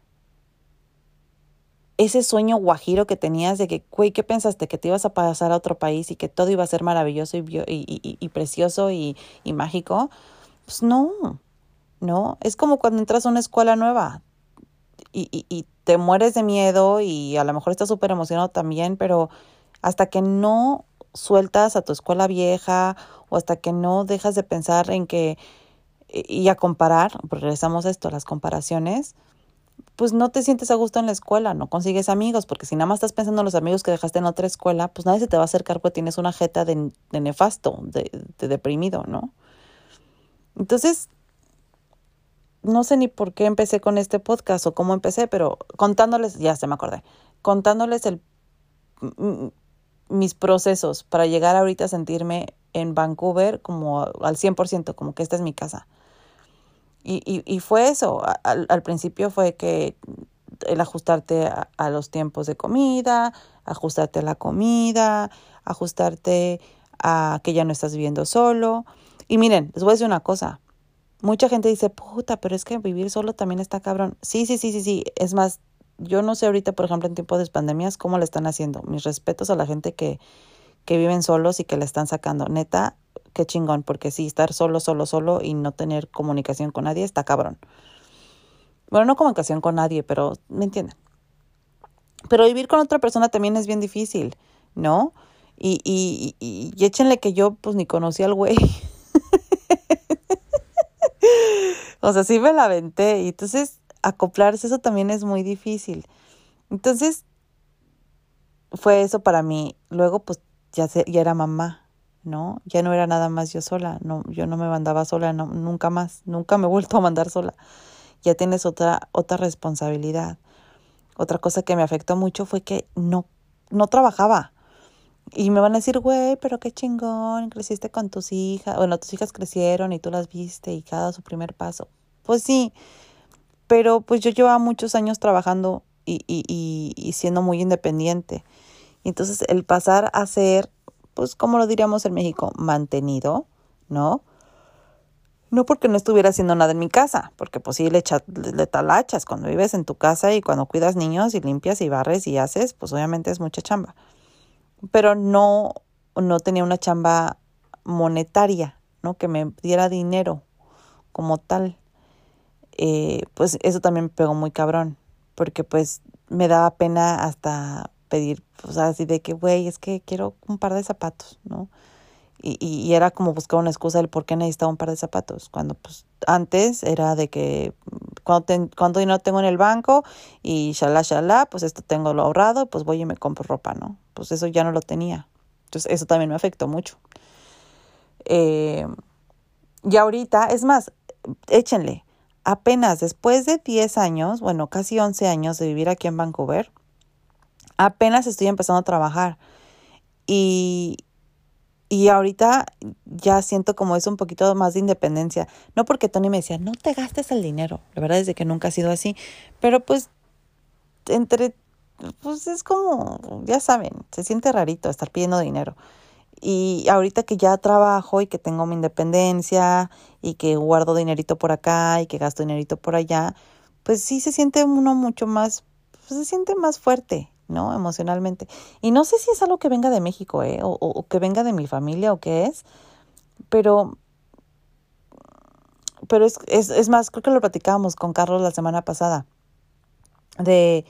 A: ese sueño guajiro que tenías de que, güey, ¿qué pensaste? Que te ibas a pasar a otro país y que todo iba a ser maravilloso y, bio, y, y, y precioso y, y mágico. Pues no, no. Es como cuando entras a una escuela nueva y, y, y te mueres de miedo y a lo mejor estás súper emocionado también, pero hasta que no sueltas a tu escuela vieja o hasta que no dejas de pensar en que, y a comparar, pues regresamos a esto, las comparaciones, pues no te sientes a gusto en la escuela, no consigues amigos, porque si nada más estás pensando en los amigos que dejaste en otra escuela, pues nadie se te va a acercar porque tienes una jeta de, de nefasto, de, de deprimido, ¿no? Entonces, no sé ni por qué empecé con este podcast o cómo empecé, pero contándoles, ya se me acordé, contándoles el, m- mis procesos para llegar ahorita a sentirme en Vancouver como al cien por ciento, como que esta es mi casa. Y, y, y fue eso, al, al principio fue que el ajustarte a, a los tiempos de comida, ajustarte a la comida, ajustarte a que ya no estás viviendo solo. Y miren, les voy a decir una cosa. Mucha gente dice, puta, pero es que vivir solo también está cabrón. Sí, sí, sí, sí, sí. Es más, yo no sé ahorita, por ejemplo, en tiempos de pandemias, cómo le están haciendo. Mis respetos a la gente que, que viven solos y que le están sacando. Neta, qué chingón, porque sí, estar solo, solo, solo y no tener comunicación con nadie está cabrón. Bueno, no comunicación con nadie, pero ¿me entienden? Pero vivir con otra persona también es bien difícil, ¿no? Y, y, y, y échenle que yo pues ni conocí al güey. O sea, sí me la aventé. Y entonces acoplarse, eso también es muy difícil. Entonces fue eso para mí. Luego pues ya, se, ya era mamá, ¿no? Ya no era nada más yo sola. No, yo no me mandaba sola, no, nunca más. Nunca me he vuelto a mandar sola. Ya tienes otra, otra responsabilidad. Otra cosa que me afectó mucho fue que no, no trabajaba. Y me van a decir, güey, pero qué chingón, creciste con tus hijas. Bueno, tus hijas crecieron y tú las viste y cada su primer paso. Pues sí, pero pues yo llevaba muchos años trabajando y, y, y, y siendo muy independiente. Y entonces el pasar a ser, pues como lo diríamos en México, mantenido, ¿no? No porque no estuviera haciendo nada en mi casa, porque pues sí le, echa, le talachas cuando vives en tu casa y cuando cuidas niños y limpias y barres y haces, pues obviamente es mucha chamba. Pero no, no tenía una chamba monetaria, ¿no? Que me diera dinero como tal. Eh, pues eso también me pegó muy cabrón, porque pues me daba pena hasta pedir, o sea, así de que, güey, es que quiero un par de zapatos, ¿no? Y, y, y era como buscar una excusa del por qué necesitaba un par de zapatos. Cuando pues antes era de que cuando, ten, cuando dinero tengo en el banco y shalá, shalá, pues esto tengo lo ahorrado, pues voy y me compro ropa, ¿no? Pues eso ya no lo tenía. Entonces eso también me afectó mucho. Eh, y ahorita, es más, échenle, apenas después de diez años, bueno, casi once años de vivir aquí en Vancouver, apenas estoy empezando a trabajar. Y... Y ahorita ya siento como eso un poquito más de independencia. No porque Tony me decía, no te gastes el dinero. La verdad es de que nunca ha sido así. Pero pues, entre, pues es como, ya saben, se siente rarito estar pidiendo dinero. Y ahorita que ya trabajo y que tengo mi independencia y que guardo dinerito por acá y que gasto dinerito por allá, pues sí se siente uno mucho más, pues se siente más fuerte, ¿no? Emocionalmente. Y no sé si es algo que venga de México, ¿eh? O, o, o que venga de mi familia o qué es, pero, pero es, es, es más, creo que lo platicábamos con Carlos la semana pasada, de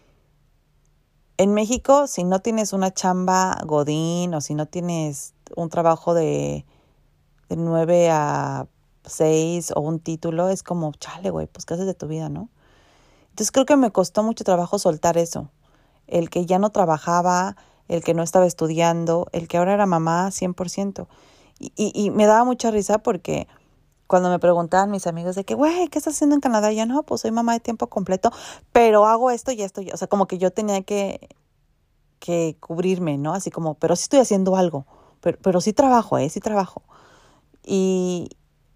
A: en México, si no tienes una chamba godín o si no tienes un trabajo de, de nueve a seis o un título, es como, chale, güey, pues ¿qué haces de tu vida, no? Entonces creo que me costó mucho trabajo soltar eso. El que ya no trabajaba, el que no estaba estudiando, el que ahora era mamá cien por ciento. Y, y, y me daba mucha risa porque cuando me preguntaban mis amigos de que, güey, ¿qué estás haciendo en Canadá? Yo, no, pues soy mamá de tiempo completo, pero hago esto y esto. Y, o sea, como que yo tenía que, que cubrirme, ¿no? Así como, pero sí estoy haciendo algo, pero, pero sí trabajo, ¿eh? Sí trabajo. Y,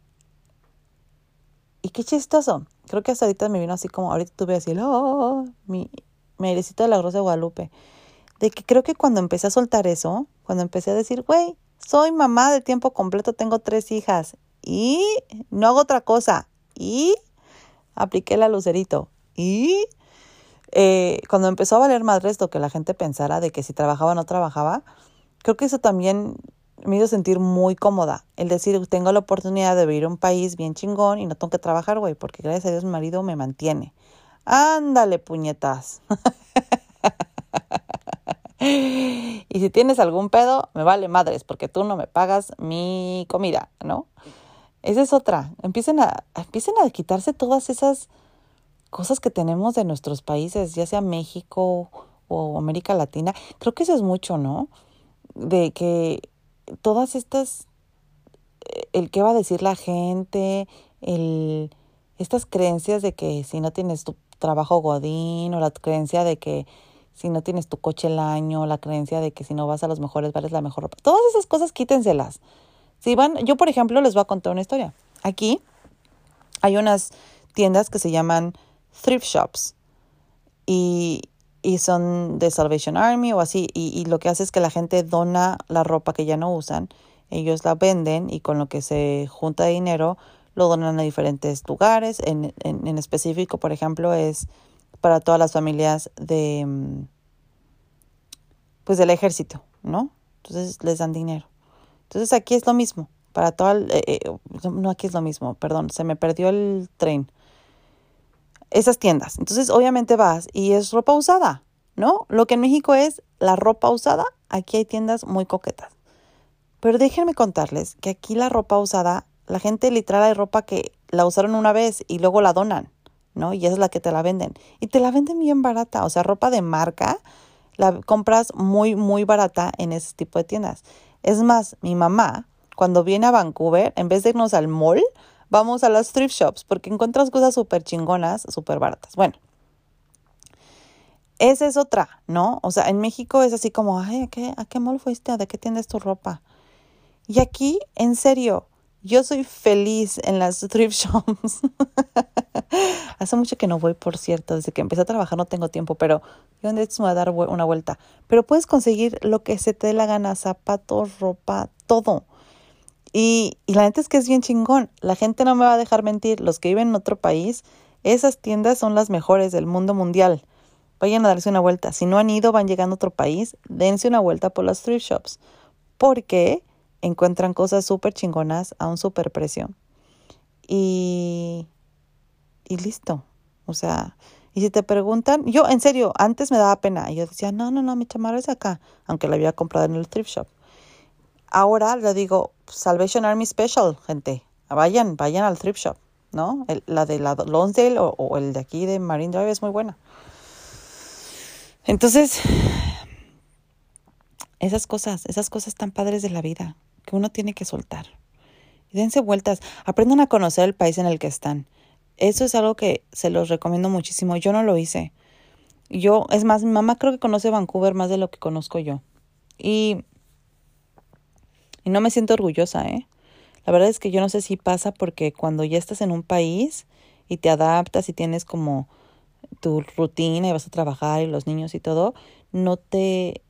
A: y qué chistoso. Creo que hasta ahorita me vino así como, ahorita tuve así, oh, mi, mi airecito de la Rosa de Guadalupe. De que creo que cuando empecé a soltar eso, cuando empecé a decir, güey, soy mamá de tiempo completo, tengo tres hijas y no hago otra cosa. Y apliqué la lucerito. Y eh, cuando empezó a valer madre esto, que la gente pensara de que si trabajaba o no trabajaba, creo que eso también me hizo sentir muy cómoda. El decir, tengo la oportunidad de vivir en un país bien chingón y no tengo que trabajar, güey, porque gracias a Dios mi marido me mantiene. Ándale, puñetas. Y si tienes algún pedo, me vale madres, porque tú no me pagas mi comida, ¿no? Esa es otra. Empiecen a, empiecen a quitarse todas esas cosas que tenemos de nuestros países, ya sea México o América Latina. Creo que eso es mucho, ¿no? De que todas estas, el qué va a decir la gente, el, estas creencias de que si no tienes tu trabajo godín o la creencia de que si no tienes tu coche el año, la creencia de que si no vas a los mejores bares la mejor ropa. Todas esas cosas quítenselas. Si van, yo por ejemplo les voy a contar una historia. Aquí hay unas tiendas que se llaman thrift shops y, y son de Salvation Army o así. Y, y lo que hace es que la gente dona la ropa que ya no usan. Ellos la venden y con lo que se junta de dinero lo donan a diferentes lugares. En, en, en específico, por ejemplo, es para todas las familias de, pues del ejército, ¿no? Entonces les dan dinero. Entonces aquí es lo mismo. Para todo el, eh, eh, no, aquí es lo mismo, perdón, se me perdió el tren. Esas tiendas. Entonces, obviamente vas y es ropa usada, ¿no? Lo que en México es la ropa usada, aquí hay tiendas muy coquetas. Pero déjenme contarles que aquí la ropa usada, la gente literal hay ropa que la usaron una vez y luego la donan, ¿no? Y esa es la que te la venden. Y te la venden bien barata, o sea, ropa de marca, la compras muy, muy barata en ese tipo de tiendas. Es más, mi mamá, cuando viene a Vancouver, en vez de irnos al mall, vamos a las thrift shops porque encuentras cosas súper chingonas, súper baratas. Bueno, esa es otra, ¿no? O sea, en México es así como, ay, ¿a qué, a qué mall fuiste? ¿De qué tiendes tu ropa? Y aquí, en serio, yo soy feliz en las thrift shops. Hace mucho que no voy, por cierto. Desde que empecé a trabajar no tengo tiempo, pero yo un día me voy a dar una vuelta. Pero puedes conseguir lo que se te dé la gana, zapatos, ropa, todo. Y, y la neta es que es bien chingón. La gente no me va a dejar mentir. Los que viven en otro país, esas tiendas son las mejores del mundo mundial. Vayan a darse una vuelta. Si no han ido, van llegando a otro país, dense una vuelta por las thrift shops. Porque encuentran cosas súper chingonas a un súper precio. Y, y listo. O sea, y si te preguntan, yo en serio, antes me daba pena. Y yo decía, no, no, no, mi chamarra es acá. Aunque la había comprado en el thrift shop. Ahora le digo, Salvation Army Special, gente. Vayan, vayan al thrift shop, ¿no? El, la de la Lonsdale o, o el de aquí de Marine Drive es muy buena. Entonces, esas cosas, esas cosas tan padres de la vida que uno tiene que soltar. Y dense vueltas, aprendan a conocer el país en el que están. Eso es algo que se los recomiendo muchísimo. Yo no lo hice. Yo, es más, mi mamá creo que conoce Vancouver más de lo que conozco yo. Y, y no me siento orgullosa, ¿eh? La verdad es que yo no sé si pasa porque cuando ya estás en un país y te adaptas y tienes como tu rutina y vas a trabajar y los niños y todo, no te,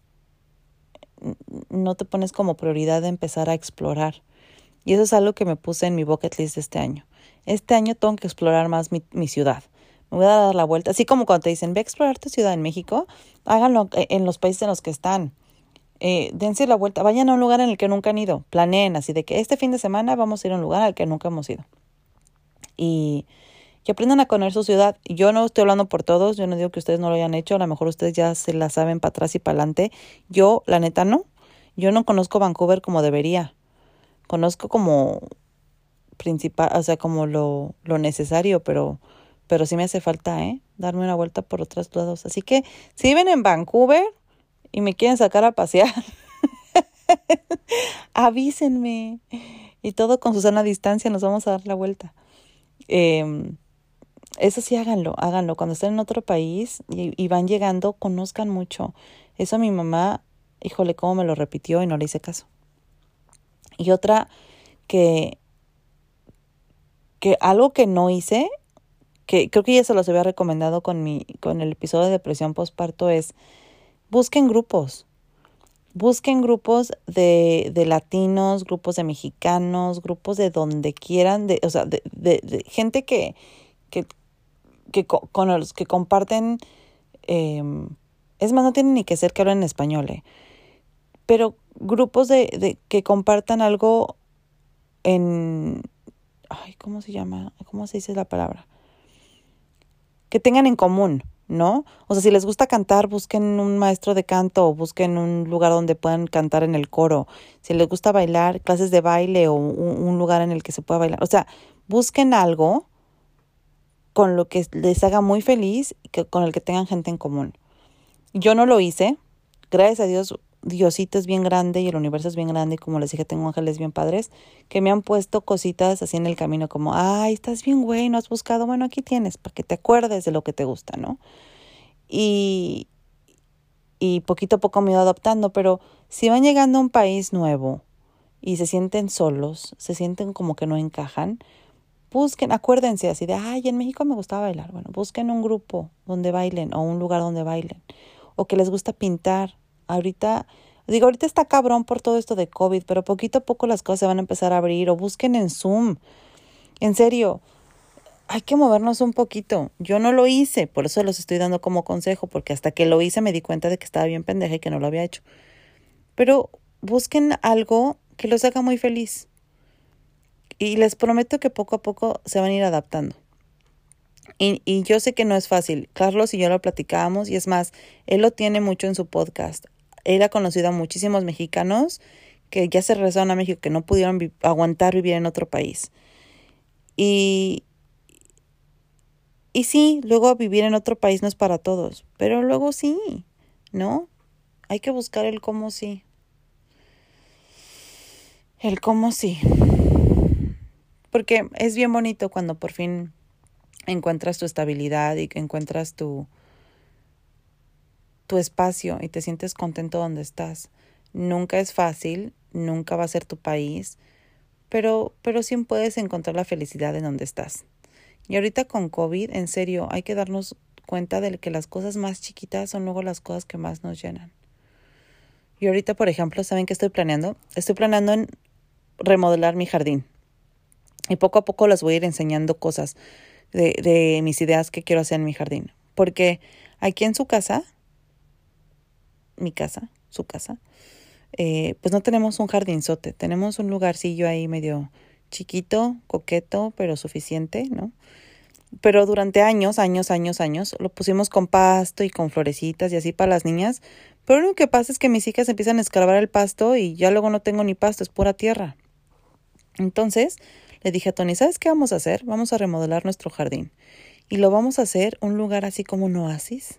A: no te pones como prioridad de empezar a explorar. Y eso es algo que me puse en mi bucket list de este año. Este año tengo que explorar más mi, mi ciudad. Me voy a dar la vuelta. Así como cuando te dicen, ve a explorar tu ciudad en México, háganlo en los países en los que están. Eh, dense la vuelta, vayan a un lugar en el que nunca han ido. Planeen así de que este fin de semana vamos a ir a un lugar al que nunca hemos ido. Y que aprendan a conocer su ciudad. Yo no estoy hablando por todos, yo no digo que ustedes no lo hayan hecho, a lo mejor ustedes ya se la saben para atrás y para adelante. Yo, la neta, no. Yo no conozco Vancouver como debería. Conozco como principal, o sea, como lo, lo necesario, pero, pero sí me hace falta, ¿eh? Darme una vuelta por otros lados. Así que, si viven en Vancouver y me quieren sacar a pasear, avísenme. Y todo con Susana a distancia, nos vamos a dar la vuelta. Eh, eso sí, háganlo, háganlo. Cuando estén en otro país y, y van llegando, conozcan mucho. Eso a mi mamá, híjole, cómo me lo repitió y no le hice caso. Y otra que, que algo que no hice, que creo que ya se los había recomendado con mi, con el episodio de depresión postparto, es busquen grupos. Busquen grupos de, de latinos, grupos de mexicanos, grupos de donde quieran, de, o sea, de, de, de gente que, que, que con los que comparten, eh, es más, no tienen ni que ser que hablen español, eh, pero grupos de, de que compartan algo en, ay, ¿cómo se llama? ¿Cómo se dice la palabra? Que tengan en común, ¿no? O sea, si les gusta cantar, busquen un maestro de canto o busquen un lugar donde puedan cantar en el coro. Si les gusta bailar, clases de baile o un, un lugar en el que se pueda bailar. O sea, busquen algo con lo que les haga muy feliz y que, con el que tengan gente en común. Yo no lo hice. Gracias a Dios, Diosito es bien grande y el universo es bien grande y como les dije, tengo ángeles bien padres que me han puesto cositas así en el camino como, ay, estás bien güey, no has buscado, bueno, aquí tienes para que te acuerdes de lo que te gusta, ¿no? Y, y poquito a poco me he ido adaptando, pero si van llegando a un país nuevo y se sienten solos, se sienten como que no encajan, busquen, acuérdense así de, ay, en México me gustaba bailar. Bueno, busquen un grupo donde bailen o un lugar donde bailen o que les gusta pintar. Ahorita, digo, ahorita está cabrón por todo esto de COVID, pero poquito a poco las cosas se van a empezar a abrir o busquen en Zoom. En serio, hay que movernos un poquito. Yo no lo hice, por eso los estoy dando como consejo, porque hasta que lo hice me di cuenta de que estaba bien pendeja y que no lo había hecho. Pero busquen algo que los haga muy feliz. Y les prometo que poco a poco se van a ir adaptando. Y, y yo sé que no es fácil. Carlos y yo lo platicábamos y es más, él lo tiene mucho en su podcast. Él ha conocido a muchísimos mexicanos que ya se regresaron a México, que no pudieron vi- aguantar vivir en otro país. Y, y sí, luego vivir en otro país no es para todos, pero luego sí, ¿no? Hay que buscar el cómo sí. El cómo sí. Porque es bien bonito cuando por fin encuentras tu estabilidad y que encuentras tu, tu espacio y te sientes contento donde estás. Nunca es fácil, nunca va a ser tu país, pero, pero sí puedes encontrar la felicidad en donde estás. Y ahorita con COVID, en serio, hay que darnos cuenta de que las cosas más chiquitas son luego las cosas que más nos llenan. Y ahorita, por ejemplo, ¿saben qué estoy planeando? Estoy planeando en remodelar mi jardín. Y poco a poco les voy a ir enseñando cosas de, de mis ideas que quiero hacer en mi jardín. Porque aquí en su casa, mi casa, su casa, eh, pues no tenemos un jardinzote. Tenemos un lugarcillo ahí medio chiquito, coqueto, pero suficiente, ¿no? Pero durante años, años, años, años, lo pusimos con pasto y con florecitas y así para las niñas. Pero lo que pasa es que mis hijas empiezan a escarbar el pasto y ya luego no tengo ni pasto, es pura tierra. Entonces le dije a Tony, ¿sabes qué vamos a hacer? Vamos a remodelar nuestro jardín. Y lo vamos a hacer un lugar así como un oasis.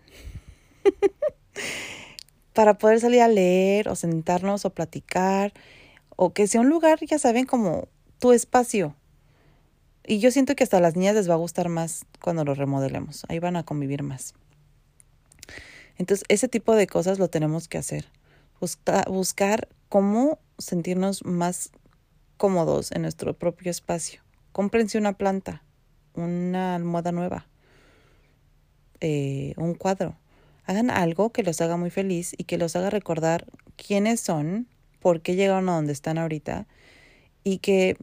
A: Para poder salir a leer o sentarnos o platicar. O que sea un lugar, ya saben, como tu espacio. Y yo siento que hasta a las niñas les va a gustar más cuando lo remodelemos. Ahí van a convivir más. Entonces, ese tipo de cosas lo tenemos que hacer. Busca, buscar cómo sentirnos más cómodos en nuestro propio espacio. Cómprense una planta, una almohada nueva, eh, un cuadro. Hagan algo que los haga muy feliz y que los haga recordar quiénes son, por qué llegaron a donde están ahorita y que...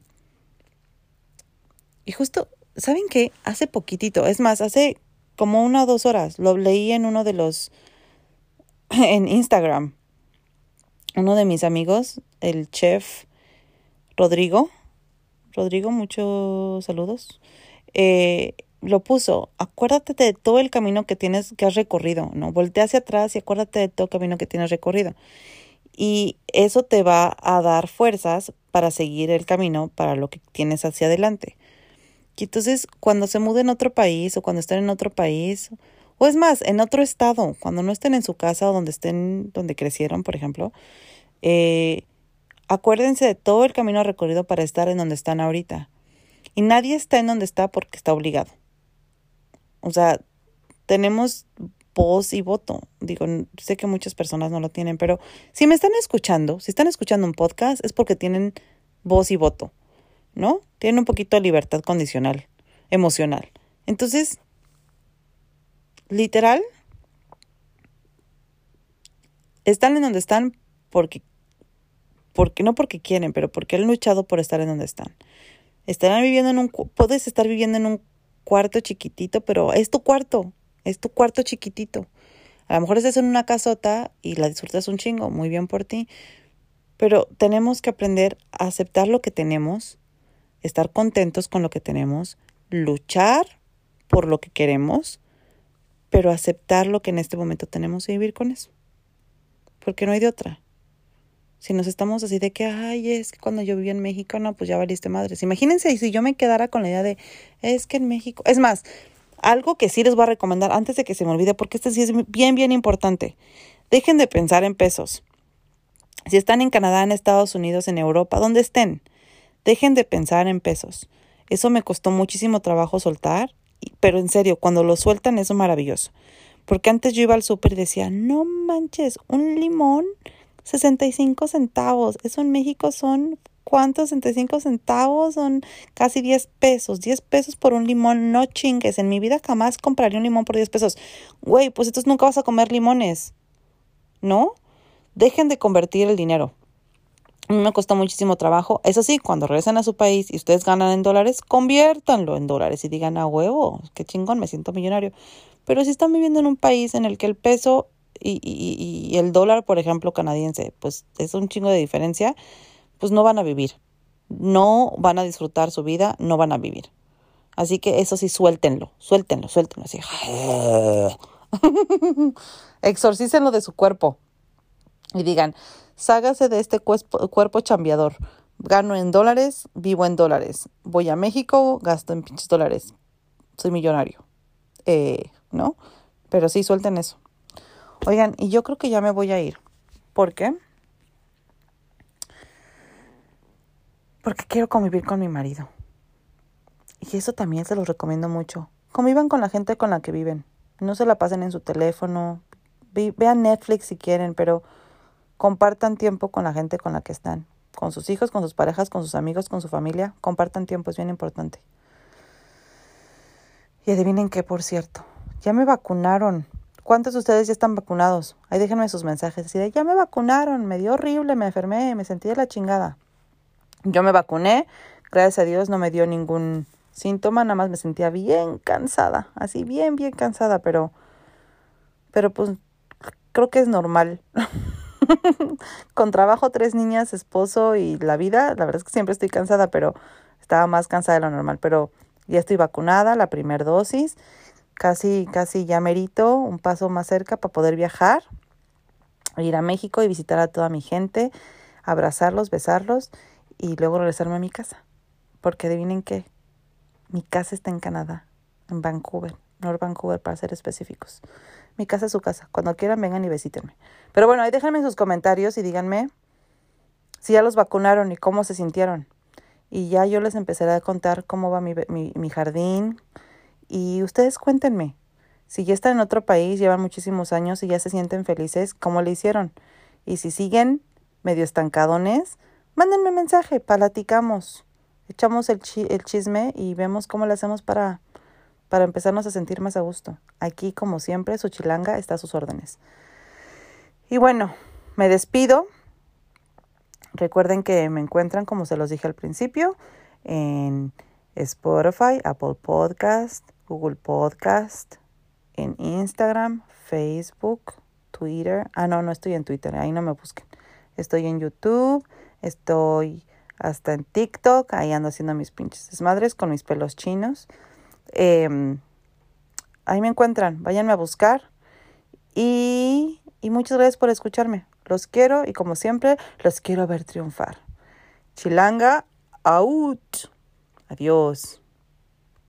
A: Y justo, ¿saben qué? Hace poquitito, es más, hace como una o dos horas, lo leí en uno de los... en Instagram. Uno de mis amigos, el chef Rodrigo, Rodrigo, muchos saludos, eh, lo puso, acuérdate de todo el camino que tienes, que has recorrido, ¿no? Voltea hacia atrás y acuérdate de todo el camino que tienes recorrido. Y eso te va a dar fuerzas para seguir el camino para lo que tienes hacia adelante. Y entonces, cuando se muden a otro país o cuando estén en otro país, o es más, en otro estado, cuando no estén en su casa o donde estén, donde crecieron, por ejemplo, eh, acuérdense de todo el camino recorrido para estar en donde están ahorita. Y nadie está en donde está porque está obligado. O sea, tenemos voz y voto. Digo, sé que muchas personas no lo tienen, pero si me están escuchando, si están escuchando un podcast, es porque tienen voz y voto, ¿no? Tienen un poquito de libertad condicional, emocional. Entonces, literal, están en donde están porque, porque no porque quieren, pero porque han luchado por estar en donde están. Estarán viviendo en un, puedes estar viviendo en un cuarto chiquitito, pero es tu cuarto, es tu cuarto chiquitito. A lo mejor estás en una casota y la disfrutas un chingo, muy bien por ti, pero tenemos que aprender a aceptar lo que tenemos, estar contentos con lo que tenemos, luchar por lo que queremos, pero aceptar lo que en este momento tenemos y vivir con eso, porque no hay de otra. Si nos estamos así de que, ay, es que cuando yo vivía en México, no, pues ya valiste madres. Imagínense si yo me quedara con la idea de, es que en México... Es más, algo que sí les voy a recomendar antes de que se me olvide, porque este sí es bien, bien importante. Dejen de pensar en pesos. Si están en Canadá, en Estados Unidos, en Europa, donde estén, dejen de pensar en pesos. Eso me costó muchísimo trabajo soltar, pero en serio, cuando lo sueltan es maravilloso. Porque antes yo iba al súper y decía, no manches, un limón, sesenta y cinco centavos. Eso en México son, ¿cuántos? sesenta y cinco centavos, son casi diez pesos. diez pesos por un limón, no chingues. En mi vida jamás compraría un limón por diez pesos. Güey, pues entonces nunca vas a comer limones, ¿no? Dejen de convertir el dinero. A mí me costó muchísimo trabajo. Eso sí, cuando regresen a su país y ustedes ganan en dólares, conviértanlo en dólares y digan, a huevo, qué chingón, me siento millonario. Pero si están viviendo en un país en el que el peso y, y, y el dólar, por ejemplo, canadiense, pues es un chingo de diferencia, pues no van a vivir. No van a disfrutar su vida, no van a vivir. Así que eso sí, suéltenlo, suéltenlo, suéltenlo. Así. Exorcícenlo de su cuerpo. Y digan, ságase de este cuerpo, cuerpo chambeador. Gano en dólares, vivo en dólares. Voy a México, gasto en pinches dólares. Soy millonario. Eh, ¿no? Pero sí, suelten eso. Oigan, y yo creo que ya me voy a ir. ¿Por qué? Porque quiero convivir con mi marido. Y eso también se los recomiendo mucho. Convivan con la gente con la que viven. No se la pasen en su teléfono. Ve- vean Netflix si quieren, pero compartan tiempo con la gente con la que están. Con sus hijos, con sus parejas, con sus amigos, con su familia. Compartan tiempo, es bien importante. Y adivinen qué, por cierto. Ya me vacunaron. ¿Cuántos de ustedes ya están vacunados? Ahí déjenme sus mensajes. Así de, ya me vacunaron, me dio horrible, me enfermé, me sentí de la chingada. Yo me vacuné, gracias a Dios no me dio ningún síntoma, nada más me sentía bien cansada. Así, bien, bien cansada, pero, pero pues creo que es normal. Con trabajo, tres niñas, esposo y la vida, la verdad es que siempre estoy cansada, pero estaba más cansada de lo normal. Pero ya estoy vacunada, la primera dosis, casi, casi ya merito un paso más cerca para poder viajar, ir a México y visitar a toda mi gente, abrazarlos, besarlos y luego regresarme a mi casa. Porque adivinen qué, mi casa está en Canadá, en Vancouver, North Vancouver para ser específicos. Mi casa es su casa. Cuando quieran, vengan y visítenme. Pero bueno, ahí déjenme sus comentarios y díganme si ya los vacunaron y cómo se sintieron. Y ya yo les empezaré a contar cómo va mi, mi, mi jardín. Y ustedes cuéntenme. Si ya están en otro país, llevan muchísimos años y ya se sienten felices, ¿cómo le hicieron? Y si siguen medio estancadones, mándenme mensaje, platicamos. Echamos el, chi- el chisme y vemos cómo le hacemos para... para empezarnos a sentir más a gusto. Aquí, como siempre, su chilanga está a sus órdenes. Y bueno, me despido. Recuerden que me encuentran, como se los dije al principio, en Spotify, Apple Podcast, Google Podcast, en Instagram, Facebook, Twitter. Ah, no, no estoy en Twitter, ahí no me busquen. Estoy en YouTube, estoy hasta en TikTok, ahí ando haciendo mis pinches desmadres con mis pelos chinos. Eh, ahí me encuentran, váyanme a buscar y, y muchas gracias por escucharme. Los quiero y como siempre, los quiero ver triunfar. Chilanga, out. Adiós.